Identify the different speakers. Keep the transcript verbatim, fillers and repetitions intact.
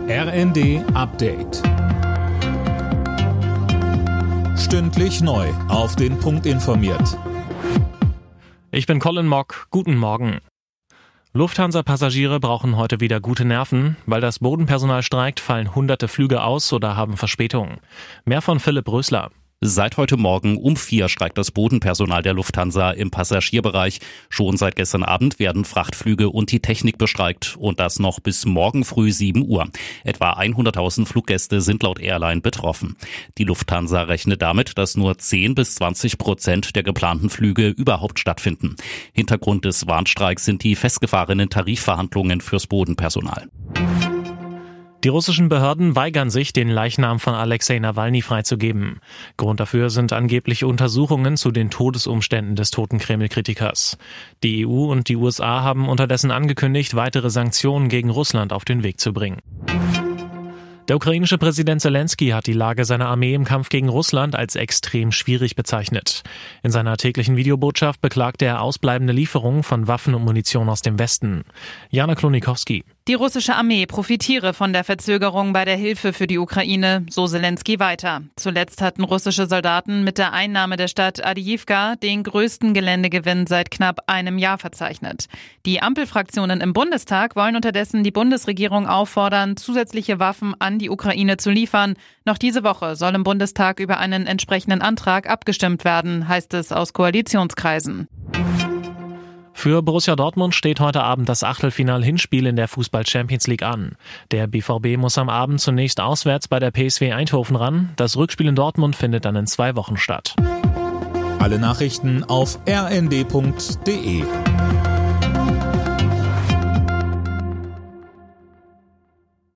Speaker 1: R N D Update. Stündlich neu auf den Punkt informiert.
Speaker 2: Ich bin Colin Mock. Guten Morgen. Lufthansa-Passagiere brauchen heute wieder gute Nerven. Weil das Bodenpersonal streikt, fallen hunderte Flüge aus oder haben Verspätungen. Mehr von Philipp Rösler.
Speaker 3: Seit heute Morgen um vier streikt das Bodenpersonal der Lufthansa im Passagierbereich. Schon seit gestern Abend werden Frachtflüge und die Technik bestreikt und das noch bis morgen früh sieben Uhr. Etwa hunderttausend Fluggäste sind laut Airline betroffen. Die Lufthansa rechnet damit, dass nur zehn bis zwanzig Prozent der geplanten Flüge überhaupt stattfinden. Hintergrund des Warnstreiks sind die festgefahrenen Tarifverhandlungen fürs Bodenpersonal.
Speaker 2: Die russischen Behörden weigern sich, den Leichnam von Alexei Nawalny freizugeben. Grund dafür sind angebliche Untersuchungen zu den Todesumständen des toten Kreml-Kritikers. Die E U und die U S A haben unterdessen angekündigt, weitere Sanktionen gegen Russland auf den Weg zu bringen. Der ukrainische Präsident Zelensky hat die Lage seiner Armee im Kampf gegen Russland als extrem schwierig bezeichnet. In seiner täglichen Videobotschaft beklagte er ausbleibende Lieferungen von Waffen und Munition aus dem Westen. Jana Klonikowski.
Speaker 4: Die russische Armee profitiere von der Verzögerung bei der Hilfe für die Ukraine, so Zelensky weiter. Zuletzt hatten russische Soldaten mit der Einnahme der Stadt Awdijiwka den größten Geländegewinn seit knapp einem Jahr verzeichnet. Die Ampelfraktionen im Bundestag wollen unterdessen die Bundesregierung auffordern, zusätzliche Waffen an die Ukraine zu liefern. Noch diese Woche soll im Bundestag über einen entsprechenden Antrag abgestimmt werden, heißt es aus Koalitionskreisen.
Speaker 2: Für Borussia Dortmund steht heute Abend das Achtelfinal-Hinspiel in der Fußball-Champions League an. Der B V B muss am Abend zunächst auswärts bei der P S V Eindhoven ran. Das Rückspiel in Dortmund findet dann in zwei Wochen statt.
Speaker 1: Alle Nachrichten auf r n d punkt d e.